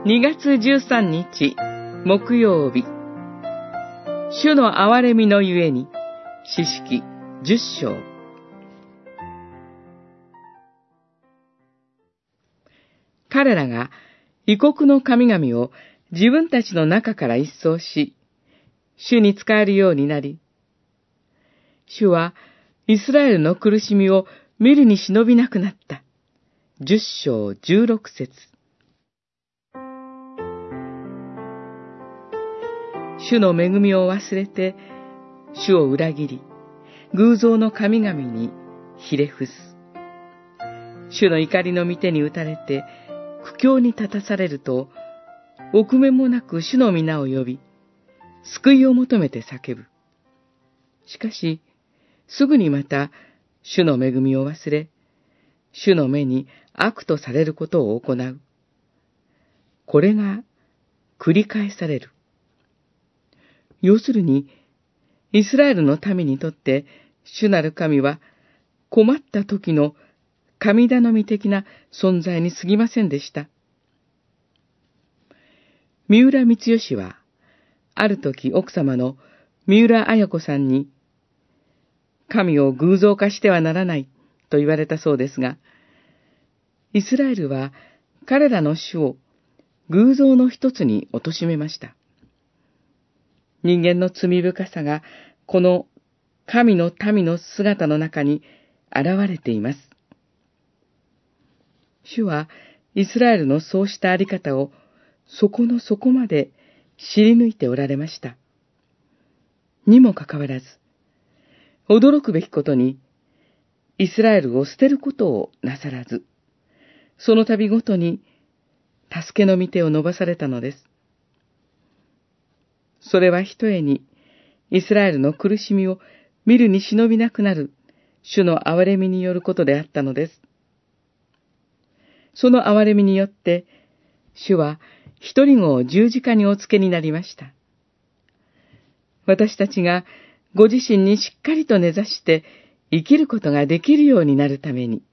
2月13日木曜日、主の憐れみのゆえに、詩式10章。彼らが異国の神々を自分たちの中から一掃し、主に仕えるようになり、主はイスラエルの苦しみを見るに忍びなくなった。10章16節。主の恵みを忘れて、主を裏切り、偶像の神々にひれ伏す。主の怒りの御手に打たれて、苦境に立たされると、臆面もなく主の皆を呼び、救いを求めて叫ぶ。しかし、すぐにまた、主の恵みを忘れ、主の目に悪とされることを行う。これが繰り返される。要するに、イスラエルの民にとって、主なる神は困った時の神頼み的な存在に過ぎませんでした。三浦光良は、ある時奥様の三浦綾子さんに、神を偶像化してはならないと言われたそうですが、イスラエルは彼らの主を偶像の一つに貶めました。人間の罪深さがこの神の民の姿の中に現れています。主はイスラエルのそうしたあり方を底の底まで知り抜いておられました。にもかかわらず、驚くべきことに、イスラエルを捨てることをなさらず、その度ごとに助けの御手を伸ばされたのです。それはひとえに、イスラエルの苦しみを見るに忍びなくなる主の憐れみによることであったのです。その憐れみによって、主は一人子を十字架におつけになりました。私たちがご自身にしっかりと根ざして生きることができるようになるために、